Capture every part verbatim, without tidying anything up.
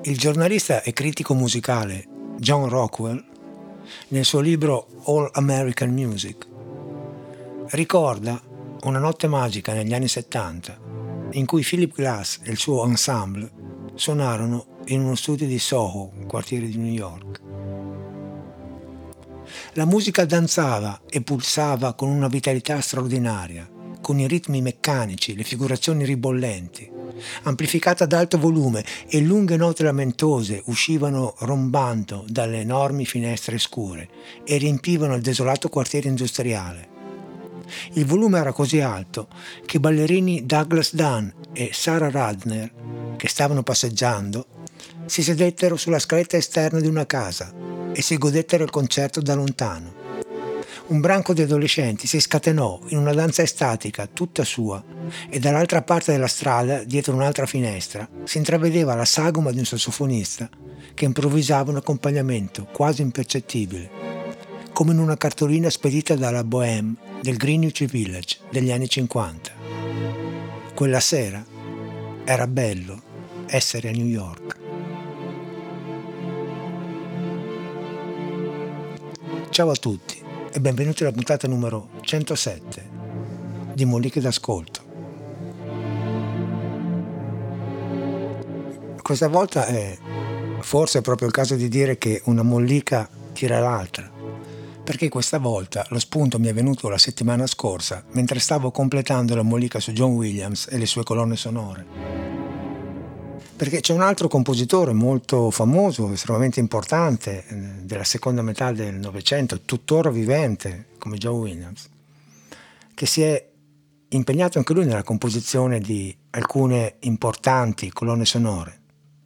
Il giornalista e critico musicale John Rockwell, nel suo libro All American Music, ricorda una notte magica negli anni settanta in cui Philip Glass e il suo ensemble suonarono in uno studio di Soho, un quartiere di New York. La musica danzava e pulsava con una vitalità straordinaria, con i ritmi meccanici, le figurazioni ribollenti, amplificata ad alto volume, e lunghe note lamentose uscivano rombando dalle enormi finestre scure e riempivano il desolato quartiere industriale. Il volume era così alto che i ballerini Douglas Dunn e Sarah Radner, che stavano passeggiando, si sedettero sulla scaletta esterna di una casa e si godettero il concerto da lontano. Un branco di adolescenti si scatenò in una danza estatica tutta sua e dall'altra parte della strada, dietro un'altra finestra, si intravedeva la sagoma di un sassofonista che improvvisava un accompagnamento quasi impercettibile, come in una cartolina spedita dalla Bohème del Greenwich Village degli anni cinquanta. Quella sera era bello essere a New York. Ciao a tutti e benvenuti alla puntata numero centosette di Molliche d'Ascolto. Questa volta è forse proprio il caso di dire che una mollica tira l'altra, perché questa volta lo spunto mi è venuto la settimana scorsa mentre stavo completando la mollica su John Williams e le sue colonne sonore. Perché c'è un altro compositore molto famoso, estremamente importante, della seconda metà del Novecento, tuttora vivente, come John Williams, che si è impegnato anche lui nella composizione di alcune importanti colonne sonore.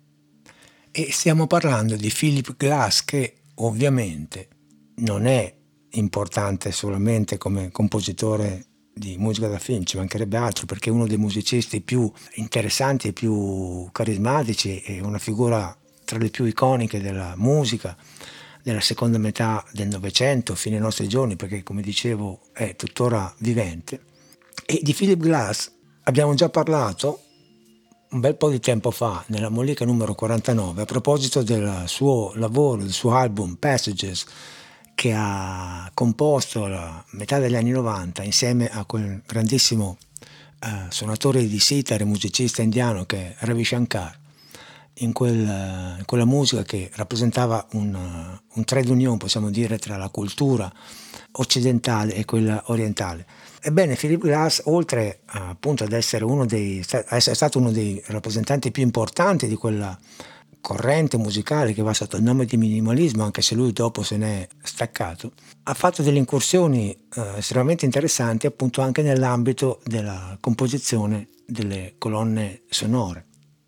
E stiamo parlando di Philip Glass, che ovviamente non è importante solamente come compositore di musica da film, ci mancherebbe altro, perché è uno dei musicisti più interessanti e più carismatici e una figura tra le più iconiche della musica della seconda metà del Novecento fino ai nostri giorni, perché come dicevo è tuttora vivente. E di Philip Glass abbiamo già parlato un bel po' di tempo fa nella mollica numero quarantanove a proposito del suo lavoro, del suo album Passages, che ha composto la metà degli anni novanta insieme a quel grandissimo uh, suonatore di sitar e musicista indiano che è Ravi Shankar, in, quel, uh, in quella musica che rappresentava un, uh, un trade union, possiamo dire, tra la cultura occidentale e quella orientale. Ebbene, Philip Glass, oltre uh, appunto ad essere uno dei, a essere stato uno dei rappresentanti più importanti di quella corrente musicale che va sotto il nome di minimalismo, anche se lui dopo se n'è staccato, ha fatto delle incursioni eh, estremamente interessanti appunto anche nell'ambito della composizione delle colonne sonore.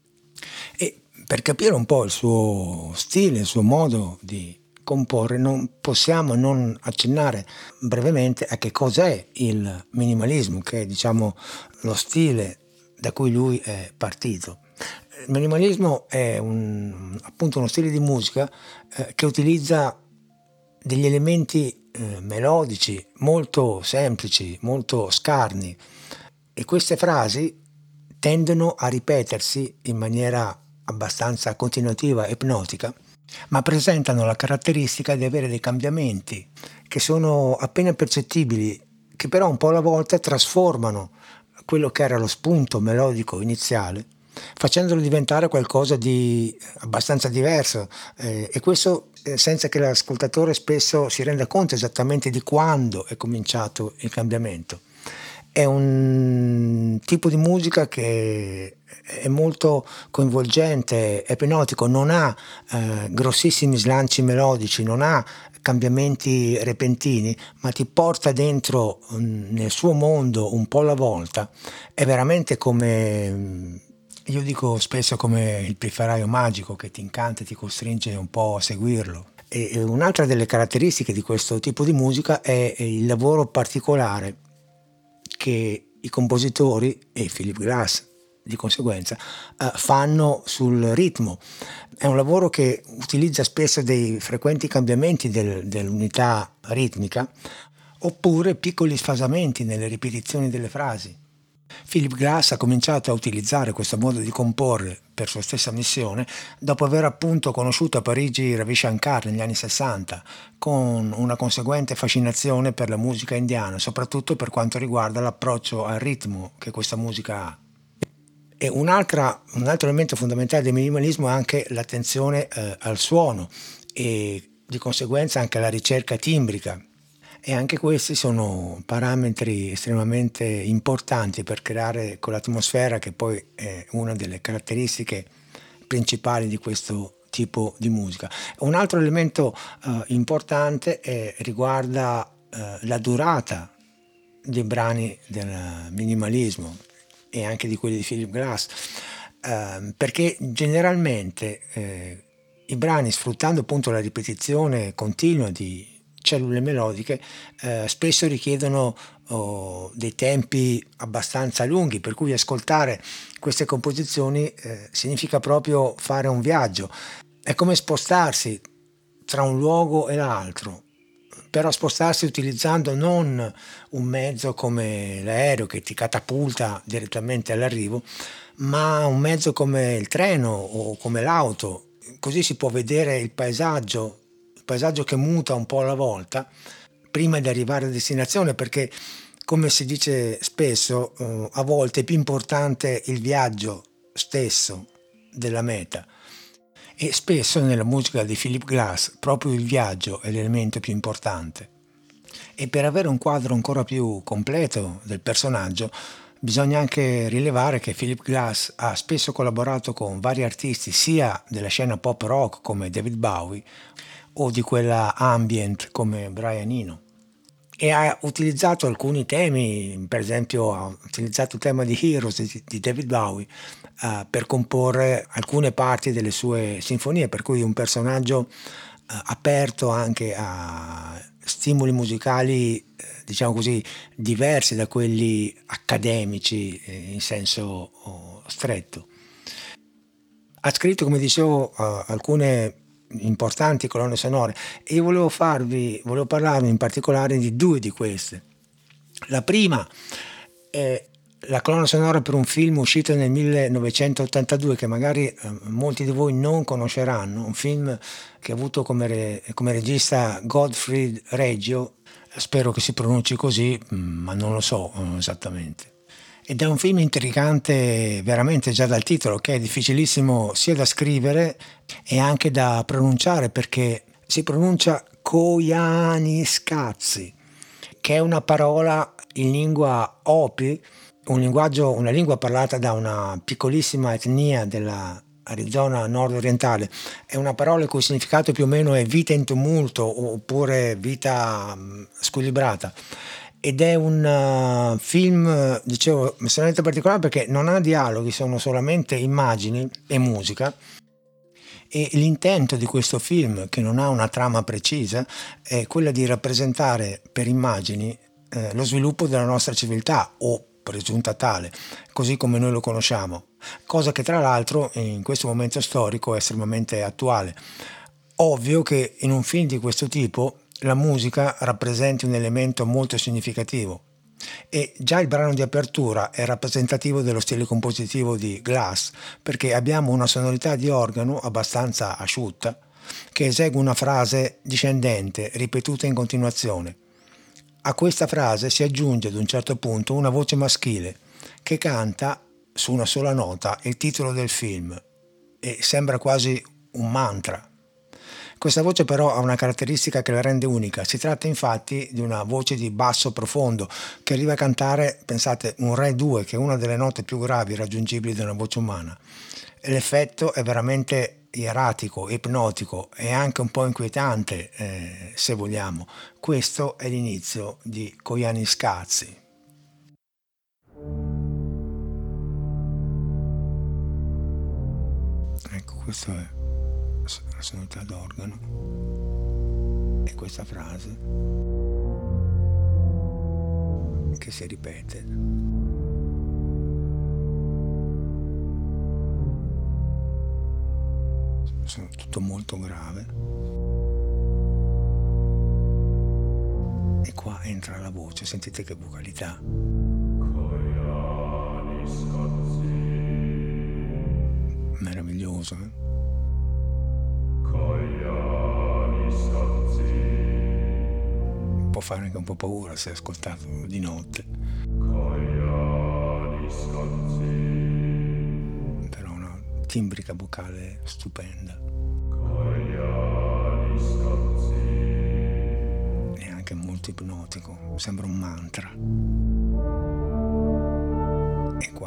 E per capire un po' il suo stile, il suo modo di comporre, non possiamo non accennare brevemente a che cos'è il minimalismo, che è, diciamo, lo stile da cui lui è partito. Il minimalismo è un, appunto uno stile di musica eh, che utilizza degli elementi eh, melodici molto semplici, molto scarni, e queste frasi tendono a ripetersi in maniera abbastanza continuativa e ipnotica, ma presentano la caratteristica di avere dei cambiamenti che sono appena percettibili, che però un po' alla volta trasformano quello che era lo spunto melodico iniziale, facendolo diventare qualcosa di abbastanza diverso, eh, e questo eh, senza che l'ascoltatore spesso si renda conto esattamente di quando è cominciato il cambiamento. È un tipo di musica che è molto coinvolgente, è ipnotico, non ha eh, grossissimi slanci melodici, non ha cambiamenti repentini, ma ti porta dentro mh, nel suo mondo un po' alla volta. È veramente come... Io dico spesso come il pifferaio magico che ti incanta e ti costringe un po' a seguirlo. E un'altra delle caratteristiche di questo tipo di musica è il lavoro particolare che i compositori, e Philip Glass di conseguenza, fanno sul ritmo. È un lavoro che utilizza spesso dei frequenti cambiamenti del, dell'unità ritmica, oppure piccoli sfasamenti nelle ripetizioni delle frasi. Philip Glass ha cominciato a utilizzare questo modo di comporre per sua stessa missione dopo aver appunto conosciuto a Parigi Ravi Shankar negli anni sessanta, con una conseguente fascinazione per la musica indiana, soprattutto per quanto riguarda l'approccio al ritmo che questa musica ha. E un'altra, un altro elemento fondamentale del minimalismo è anche l'attenzione eh, al suono e di conseguenza anche alla ricerca timbrica. E anche questi sono parametri estremamente importanti per creare quell'atmosfera che poi è una delle caratteristiche principali di questo tipo di musica. Un altro elemento eh, importante è, riguarda eh, la durata dei brani del minimalismo e anche di quelli di Philip Glass, eh, perché generalmente eh, i brani, sfruttando appunto la ripetizione continua di cellule melodiche, eh, spesso richiedono oh, dei tempi abbastanza lunghi, per cui ascoltare queste composizioni eh, significa proprio fare un viaggio. È come spostarsi tra un luogo e l'altro, però spostarsi utilizzando non un mezzo come l'aereo che ti catapulta direttamente all'arrivo, ma un mezzo come il treno o come l'auto. Così si può vedere il paesaggio, il paesaggio che muta un po' alla volta prima di arrivare a destinazione, perché come si dice spesso, eh, a volte è più importante il viaggio stesso della meta. E spesso nella musica di Philip Glass proprio il viaggio è l'elemento più importante. E per avere un quadro ancora più completo del personaggio bisogna anche rilevare che Philip Glass ha spesso collaborato con vari artisti sia della scena pop rock come David Bowie o di quella ambient come Brian Eno, e ha utilizzato alcuni temi, per esempio ha utilizzato il tema di Heroes di, di David Bowie uh, per comporre alcune parti delle sue sinfonie, per cui un personaggio uh, aperto anche a stimoli musicali eh, diciamo così diversi da quelli accademici eh, in senso oh, stretto. Ha scritto, come dicevo, uh, alcune importanti colonne sonore e io volevo farvi volevo parlarvi in particolare di due di queste. La prima è la colonna sonora per un film uscito nel millenovecentottantadue che magari eh, molti di voi non conosceranno, un film che ha avuto come, re, come regista Godfrey Reggio, spero che si pronunci così, ma non lo so eh, esattamente. Ed è un film intrigante veramente già dal titolo, che è difficilissimo sia da scrivere e anche da pronunciare, perché si pronuncia Koyaanisqatsi, che è una parola in lingua Hopi, un linguaggio, una lingua parlata da una piccolissima etnia della Arizona nord-orientale. È una parola il cui significato più o meno è vita in tumulto oppure vita squilibrata. Ed è un uh, film, dicevo, estremamente particolare perché non ha dialoghi, sono solamente immagini e musica. E l'intento di questo film, che non ha una trama precisa, è quella di rappresentare per immagini eh, lo sviluppo della nostra civiltà, o presunta tale, così come noi lo conosciamo, cosa che tra l'altro in questo momento storico è estremamente attuale. Ovvio che in un film di questo tipo la musica rappresenti un elemento molto significativo e già il brano di apertura è rappresentativo dello stile compositivo di Glass, perché abbiamo una sonorità di organo abbastanza asciutta che esegue una frase discendente ripetuta in continuazione. A questa frase si aggiunge ad un certo punto una voce maschile che canta su una sola nota il titolo del film e sembra quasi un mantra. Questa voce però ha una caratteristica che la rende unica. Si tratta infatti di una voce di basso profondo che arriva a cantare, pensate, un Re due, che è una delle note più gravi raggiungibili da una voce umana. E l'effetto è veramente ieratico, ipnotico e anche un po' inquietante, eh, se vogliamo. Questo è l'inizio di Koyaanisqatsi. Ecco, questo è la sonorità d'organo e questa frase che si ripete. Sono tutto molto grave e qua entra la voce, sentite che vocalità. famoso. Eh? Può fare anche un po' paura se ascoltato di notte. Però una timbrica vocale stupenda. E anche molto ipnotico, sembra un mantra. E qua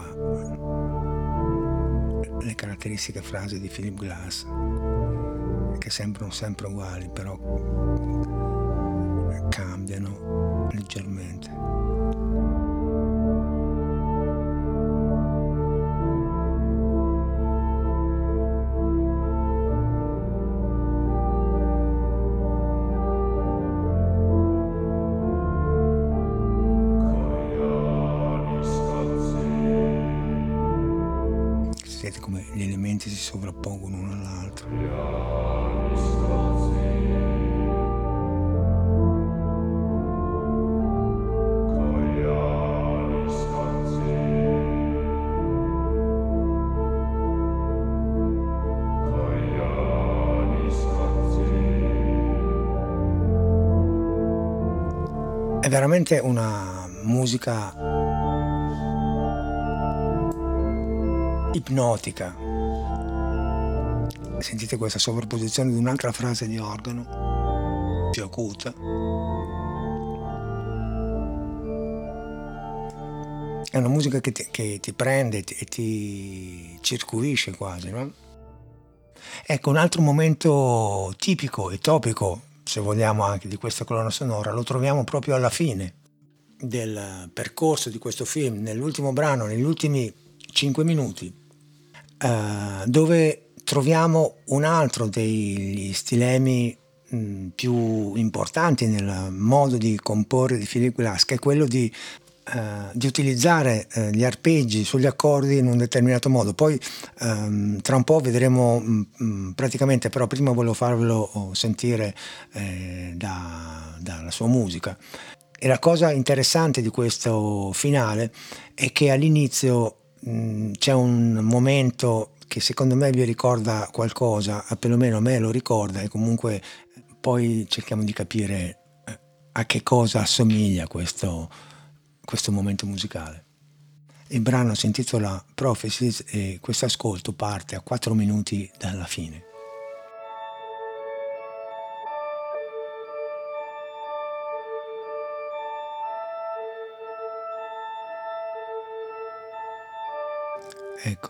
le caratteristiche frasi di Philip Glass, che sembrano sempre uguali, però cambiano leggermente. Vedete come gli elementi si sovrappongono uno all'altro. È veramente una musica ipnotica. Sentite questa sovrapposizione di un'altra frase di organo più acuta. È una musica che ti, che ti prende e ti circuisce quasi, no? Ecco, un altro momento tipico e topico, se vogliamo, anche di questa colonna sonora, lo troviamo proprio alla fine del percorso di questo film, nell'ultimo brano, negli ultimi cinque minuti, eh, dove troviamo un altro degli stilemi mh, più importanti nel modo di comporre di Philip Glass, che è quello di Uh, di utilizzare uh, gli arpeggi sugli accordi in un determinato modo. Poi um, tra un po' vedremo mh, mh, praticamente, però prima volevo farvelo sentire eh, da, dalla sua musica. E la cosa interessante di questo finale è che all'inizio mh, c'è un momento che secondo me vi ricorda qualcosa, perlomeno a me lo ricorda, e comunque poi cerchiamo di capire eh, a che cosa assomiglia questo questo momento musicale. Il brano si intitola Prophecies e questo ascolto parte a quattro minuti dalla fine. Ecco,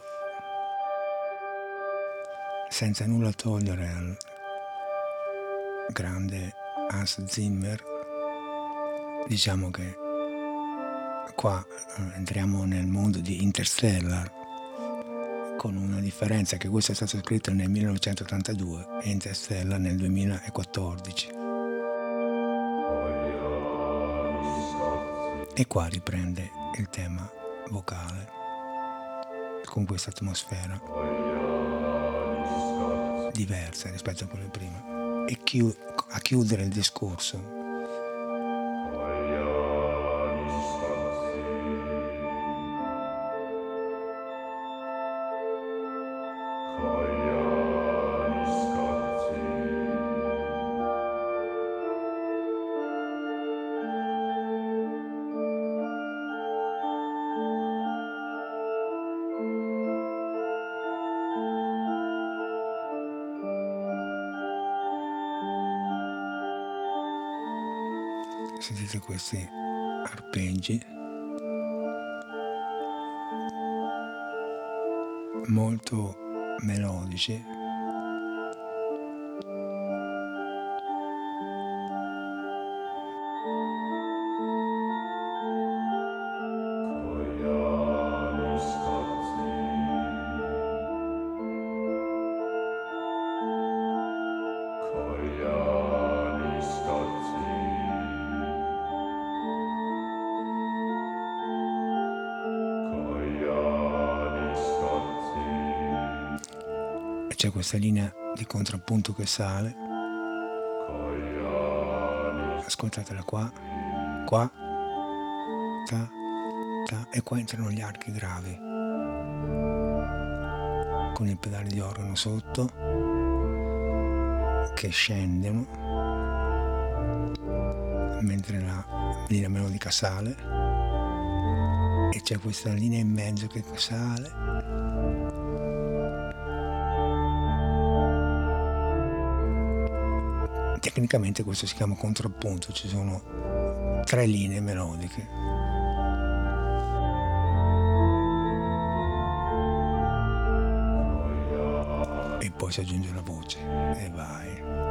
senza nulla togliere al grande Hans Zimmer, diciamo che qua entriamo nel mondo di Interstellar, con una differenza, che questo è stato scritto nel millenovecentottantadue e Interstellar nel duemilaquattordici. E qua riprende il tema vocale con questa atmosfera diversa rispetto a quella prima, e chi- a chiudere il discorso sentite questi arpeggi molto melodici, e c'è questa linea di contrappunto che sale. Ascoltatela qua, qua, ta, ta, e qua entrano gli archi gravi con il pedale di organo sotto che scendono mentre la linea melodica sale, e c'è questa linea in mezzo che sale. Tecnicamente questo si chiama contrappunto, ci sono tre linee melodiche. E poi si aggiunge la voce e vai.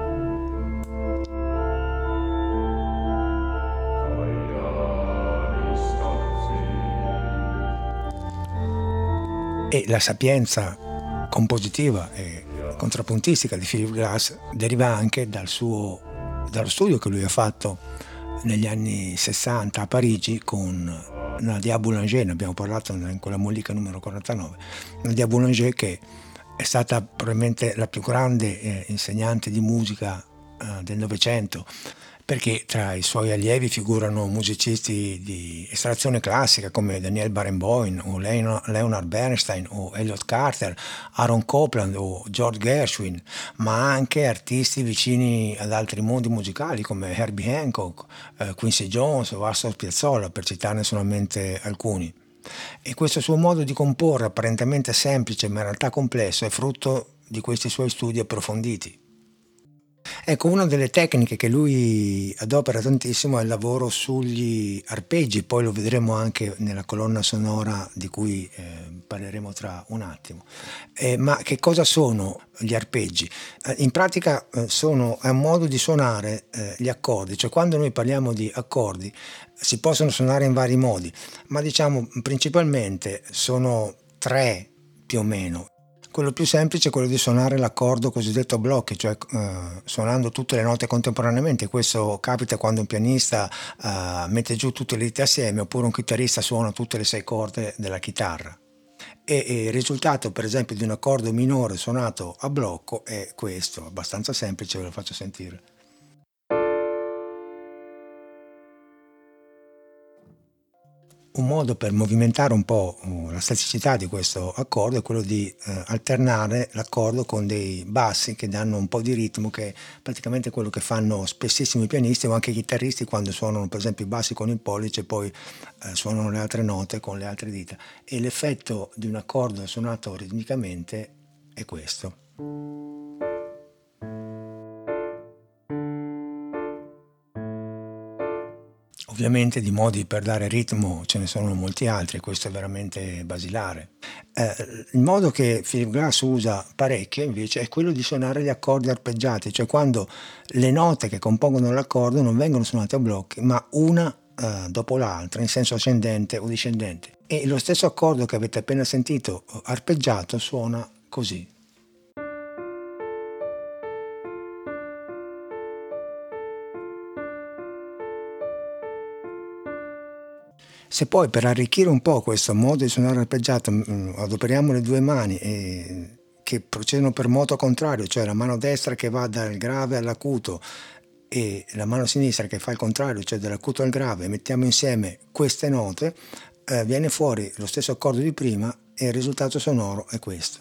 E la sapienza compositiva e contrappuntistica di Philip Glass deriva anche dal suo, dallo studio che lui ha fatto negli anni sessanta a Parigi con Nadia Boulanger. Ne abbiamo parlato in quella mollica numero quarantanove. Nadia Boulanger, che è stata probabilmente la più grande eh, insegnante di musica eh, del Novecento, perché tra i suoi allievi figurano musicisti di estrazione classica come Daniel Barenboim o Leonard Bernstein o Elliott Carter, Aaron Copland o George Gershwin, ma anche artisti vicini ad altri mondi musicali come Herbie Hancock, eh, Quincy Jones o Astor Piazzolla, per citarne solamente alcuni. E questo suo modo di comporre, apparentemente semplice ma in realtà complesso, è frutto di questi suoi studi approfonditi. Ecco, una delle tecniche che lui adopera tantissimo è il lavoro sugli arpeggi, poi lo vedremo anche nella colonna sonora di cui eh, parleremo tra un attimo. Eh, ma che cosa sono gli arpeggi? Eh, in pratica eh, sono, è un modo di suonare eh, gli accordi, cioè quando noi parliamo di accordi si possono suonare in vari modi, ma diciamo principalmente sono tre più o meno. Quello più semplice è quello di suonare l'accordo cosiddetto a blocchi, cioè eh, suonando tutte le note contemporaneamente. Questo capita quando un pianista eh, mette giù tutte le dita assieme, oppure un chitarrista suona tutte le sei corde della chitarra. E, e il risultato, per esempio, di un accordo minore suonato a blocco è questo, abbastanza semplice, ve lo faccio sentire. Un modo per movimentare un po' la staticità di questo accordo è quello di eh, alternare l'accordo con dei bassi che danno un po' di ritmo, che è praticamente quello che fanno spessissimo i pianisti o anche i chitarristi quando suonano per esempio i bassi con il pollice e poi eh, suonano le altre note con le altre dita. E l'effetto di un accordo suonato ritmicamente è questo. Ovviamente di modi per dare ritmo ce ne sono molti altri, questo è veramente basilare. Eh, il modo che Philip Glass usa parecchio invece è quello di suonare gli accordi arpeggiati, cioè quando le note che compongono l'accordo non vengono suonate a blocchi, ma una eh, dopo l'altra, in senso ascendente o discendente. E lo stesso accordo che avete appena sentito arpeggiato suona così. Se poi per arricchire un po' questo modo di suonare arpeggiato mh, adoperiamo le due mani e, che procedono per moto contrario, cioè la mano destra che va dal grave all'acuto e la mano sinistra che fa il contrario, cioè dall'acuto al grave, mettiamo insieme queste note, eh, viene fuori lo stesso accordo di prima e il risultato sonoro è questo.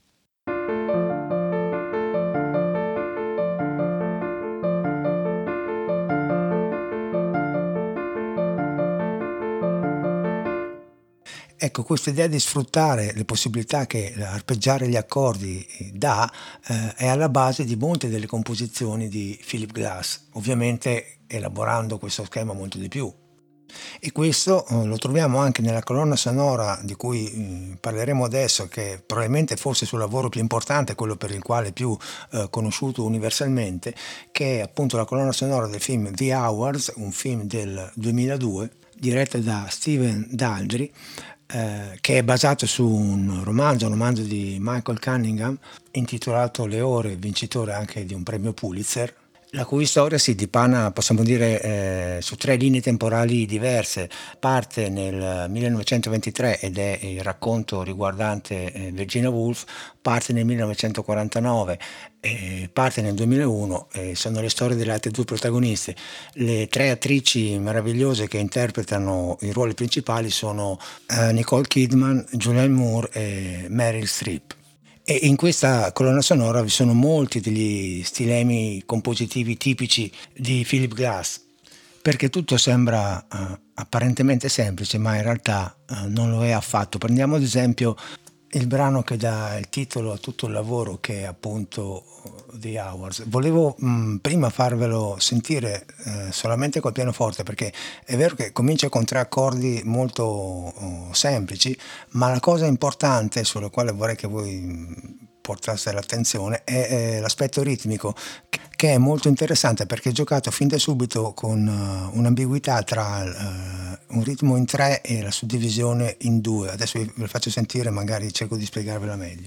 Ecco, questa idea di sfruttare le possibilità che arpeggiare gli accordi dà eh, è alla base di molte delle composizioni di Philip Glass, ovviamente elaborando questo schema molto di più. E questo eh, lo troviamo anche nella colonna sonora di cui eh, parleremo adesso, che probabilmente forse il suo lavoro più importante, quello per il quale è più eh, conosciuto universalmente, che è appunto la colonna sonora del film The Hours, un film del duemiladue diretto da Stephen Daldry, Eh, che è basato su un romanzo, un romanzo di Michael Cunningham intitolato Le ore, vincitore anche di un premio Pulitzer, la cui storia si dipana, possiamo dire, eh, su tre linee temporali diverse. Parte nel millenovecentoventitré ed è il racconto riguardante eh, Virginia Woolf, parte nel millenovecentoquarantanove, eh, parte nel duemilauno, e sono le storie delle altre due protagoniste. Le tre attrici meravigliose che interpretano i ruoli principali sono eh, Nicole Kidman, Julianne Moore e Meryl Streep. E in questa colonna sonora vi sono molti degli stilemi compositivi tipici di Philip Glass, perché tutto sembra uh, apparentemente semplice, ma in realtà uh, non lo è affatto. Prendiamo ad esempio il brano che dà il titolo a tutto il lavoro, che è appunto The Hours. Volevo mh, prima farvelo sentire eh, solamente col pianoforte, perché è vero che comincia con tre accordi molto oh, semplici, ma la cosa importante sulla quale vorrei che voi mh, portaste l'attenzione è, è l'aspetto ritmico, che è molto interessante, perché è giocato fin da subito con uh, un'ambiguità tra uh, un ritmo in tre e la suddivisione in due. Adesso ve lo faccio sentire, magari cerco di spiegarvela meglio.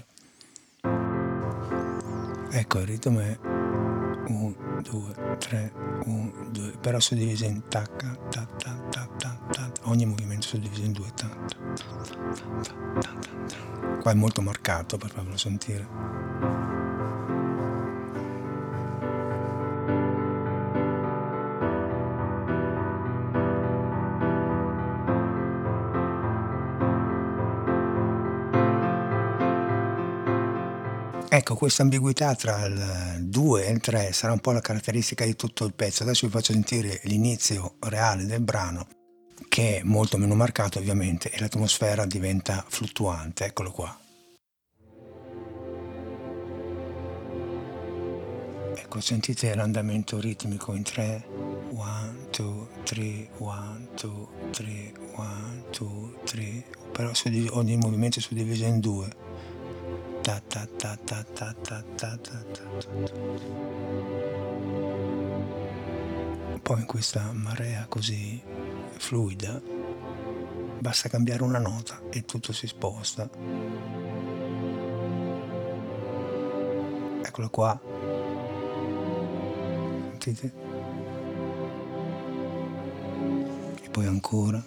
Ecco, il ritmo è uno, due, tre, uno, due, però suddiviso in tacca, ta, ta, ta, ta, ta, ogni movimento suddiviso in due. Ta, ta, ta, ta, ta, ta. Qua è molto marcato, per farvelo sentire. Ecco, questa ambiguità tra il due e il tre sarà un po' la caratteristica di tutto il pezzo. Adesso vi faccio sentire l'inizio reale del brano, che è molto meno marcato ovviamente, e l'atmosfera diventa fluttuante. Eccolo qua. Ecco, sentite l'andamento ritmico in tre. uno, due, tre, uno, due, tre, uno, due, tre, però ogni movimento è suddiviso in due. Ta ta ta ta ta ta ta ta ta. Poi in questa marea così fluida basta cambiare una nota e tutto si sposta. Eccolo qua. Sentite? E poi ancora.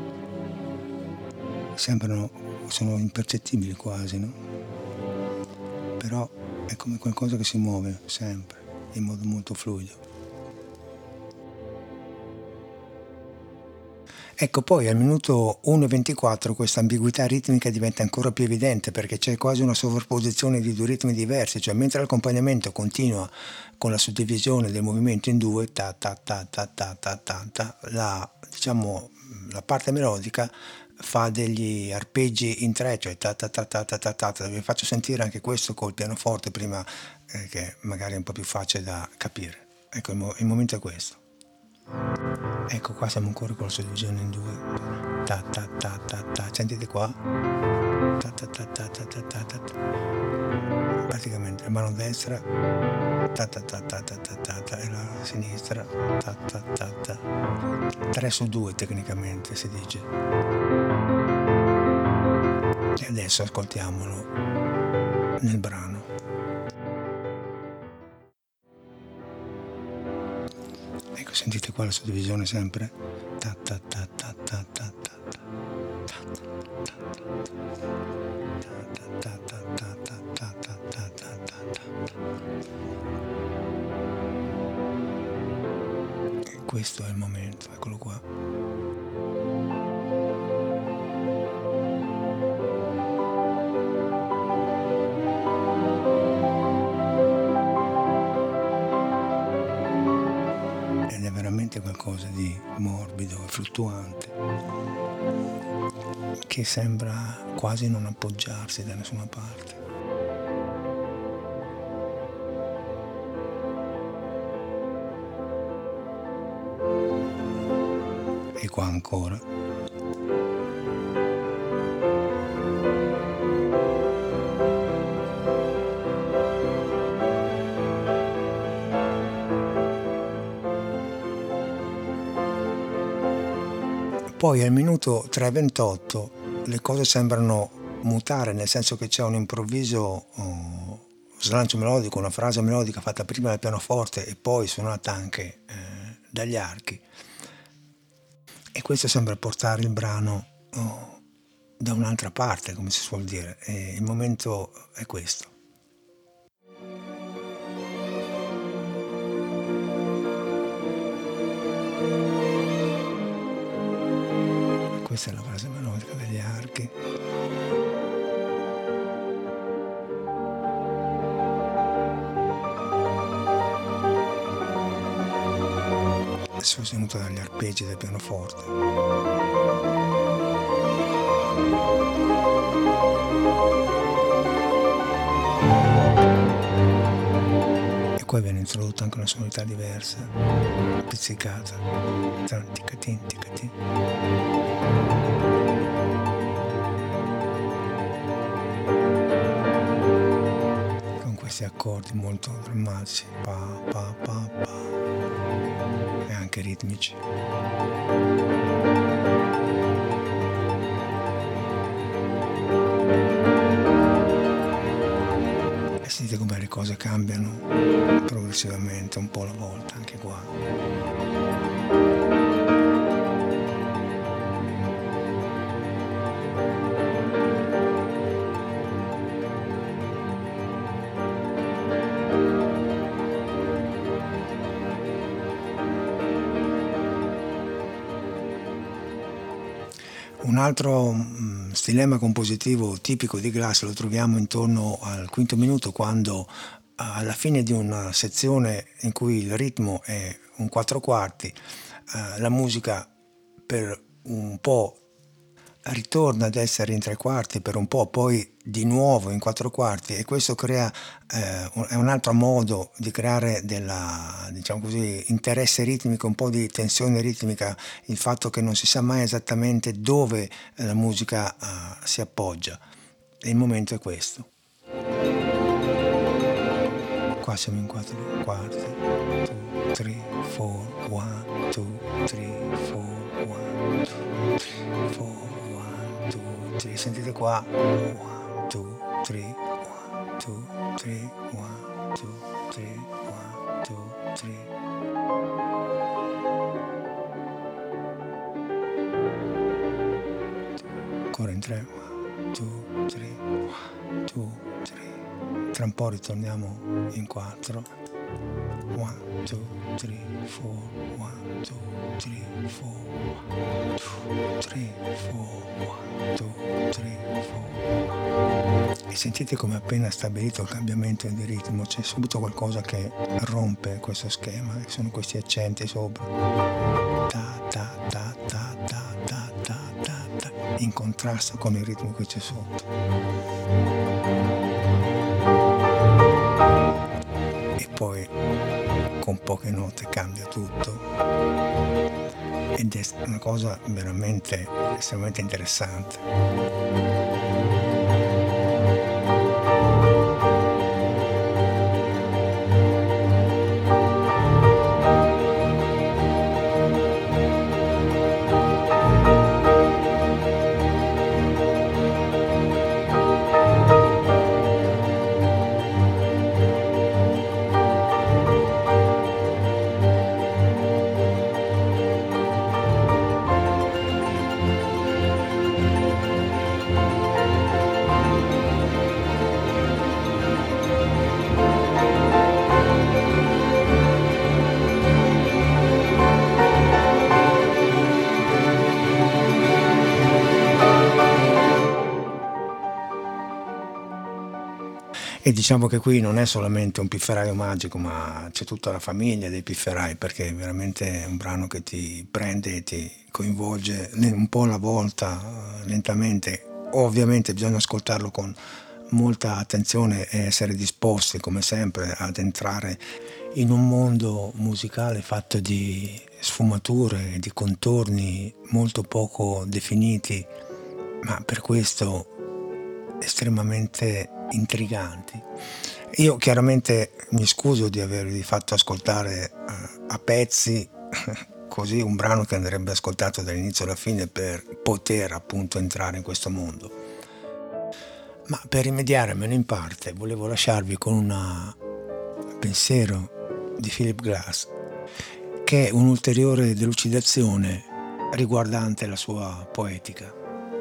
Sembrano, sono impercettibili quasi, no? Però è come qualcosa che si muove sempre in modo molto fluido. Ecco, poi al minuto uno e ventiquattro questa ambiguità ritmica diventa ancora più evidente, perché c'è quasi una sovrapposizione di due ritmi diversi, cioè mentre l'accompagnamento continua con la suddivisione del movimento in due, ta ta ta ta ta ta ta, ta la, diciamo, la parte melodica fa degli arpeggi in tre, cioè ta ta ta ta ta ta ta, ta. Vi faccio sentire anche questo col pianoforte prima, eh, che magari è un po' più facile da capire. Ecco, il, mo- il momento è questo. Ecco, qua siamo ancora con la suddivisione in due. Ta ta ta ta ta, sentite qua? Ta ta ta ta ta ta ta ta. Praticamente la mano destra, ta ta ta ta ta ta ta, ta e la sinistra, ta ta ta ta. tre su due tecnicamente si dice. E adesso ascoltiamolo nel brano. Ecco, sentite qua la suddivisione sempre. Ta ta ta ta ta ta ta. E questo è il momento, eccolo qua. Ed è veramente qualcosa di morbido e fluttuante, che sembra quasi non appoggiarsi da nessuna parte. E qua ancora. Poi al minuto tre e ventotto le cose sembrano mutare, nel senso che c'è un improvviso oh, slancio melodico, una frase melodica fatta prima dal pianoforte e poi suonata anche eh, dagli archi. E questo sembra portare il brano oh, da un'altra parte, come si suol dire. E il momento è questo. Questa è la frase melodica degli archi. sostenuto dagli arpeggi del pianoforte. E poi viene introdotta anche una sonorità diversa, pizzicata, ticatin, ticatin. Con questi accordi molto drammatici, pa pa pa pa, e anche ritmici. E sentite come le cose cambiano progressivamente, un po' alla volta, anche qua. Un altro mh, stilema compositivo tipico di Glass lo troviamo intorno al quinto minuto, quando alla fine di una sezione in cui il ritmo è un quattro quarti, eh, la musica per un po' ritorna ad essere in tre quarti, per un po' poi di nuovo in quattro quarti, e questo crea eh, un, è un altro modo di creare della, diciamo così, interesse ritmico, un po' di tensione ritmica, il fatto che non si sa mai esattamente dove la musica eh, si appoggia, e il momento è questo. Qua siamo in quattro quarti, due, tre, quattro, uno, due, tre, quattro, uno, due, tre, quattro, uno, due, tre, sentite qua, uno, due, tre, uno, due, tre, uno, due, tre, uno, due, tre. Ancora in tre, uno, due, tre, uno, due, tre. Tra un po' ritorniamo in quattro. uno, due, tre, quattro, uno, due, tre, quattro, uno, due, tre, quattro, uno, due, tre, quattro. E sentite come appena stabilito il cambiamento di ritmo c'è subito qualcosa che rompe questo schema, che sono questi accenti sopra. Ta ta ta ta ta ta ta ta ta, in contrasto con il ritmo che c'è sotto. E poi con poche note cambia tutto, ed è una cosa veramente estremamente interessante. E diciamo che qui non è solamente un pifferaio magico, ma c'è tutta la famiglia dei pifferai, perché è veramente un brano che ti prende e ti coinvolge un po' alla volta, lentamente. Ovviamente bisogna ascoltarlo con molta attenzione e essere disposti, come sempre, ad entrare in un mondo musicale fatto di sfumature, di contorni molto poco definiti, ma per questo estremamente intriganti. Io chiaramente mi scuso di avervi fatto ascoltare uh, a pezzi così un brano che andrebbe ascoltato dall'inizio alla fine per poter appunto entrare in questo mondo, ma per rimediare almeno in parte volevo lasciarvi con un pensiero di Philip Glass, che è un'ulteriore delucidazione riguardante la sua poetica.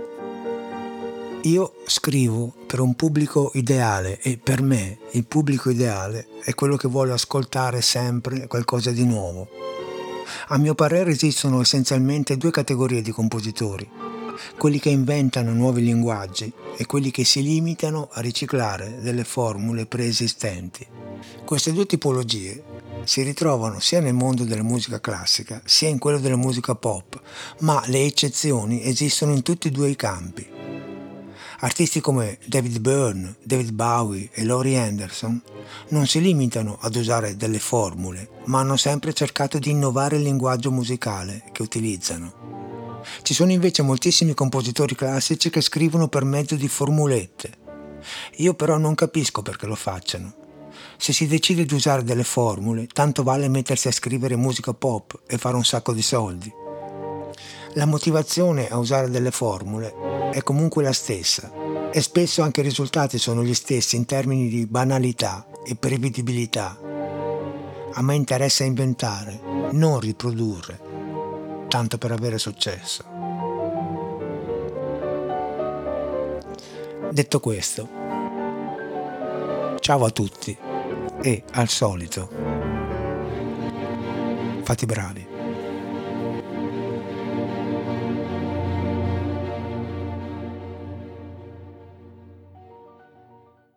Io scrivo per un pubblico ideale, e per me il pubblico ideale è quello che vuole ascoltare sempre qualcosa di nuovo. A mio parere esistono essenzialmente due categorie di compositori: quelli che inventano nuovi linguaggi e quelli che si limitano a riciclare delle formule preesistenti. Queste due tipologie si ritrovano sia nel mondo della musica classica sia in quello della musica pop, ma le eccezioni esistono in tutti e due i campi. Artisti come David Byrne, David Bowie e Laurie Anderson non si limitano ad usare delle formule, ma hanno sempre cercato di innovare il linguaggio musicale che utilizzano. Ci sono invece moltissimi compositori classici che scrivono per mezzo di formulette. Io però non capisco perché lo facciano. Se si decide di usare delle formule, tanto vale mettersi a scrivere musica pop e fare un sacco di soldi. La motivazione a usare delle formule è comunque la stessa e spesso anche i risultati sono gli stessi in termini di banalità e prevedibilità. A me interessa inventare, non riprodurre, tanto per avere successo. Detto questo, ciao a tutti e, al solito, fate i bravi.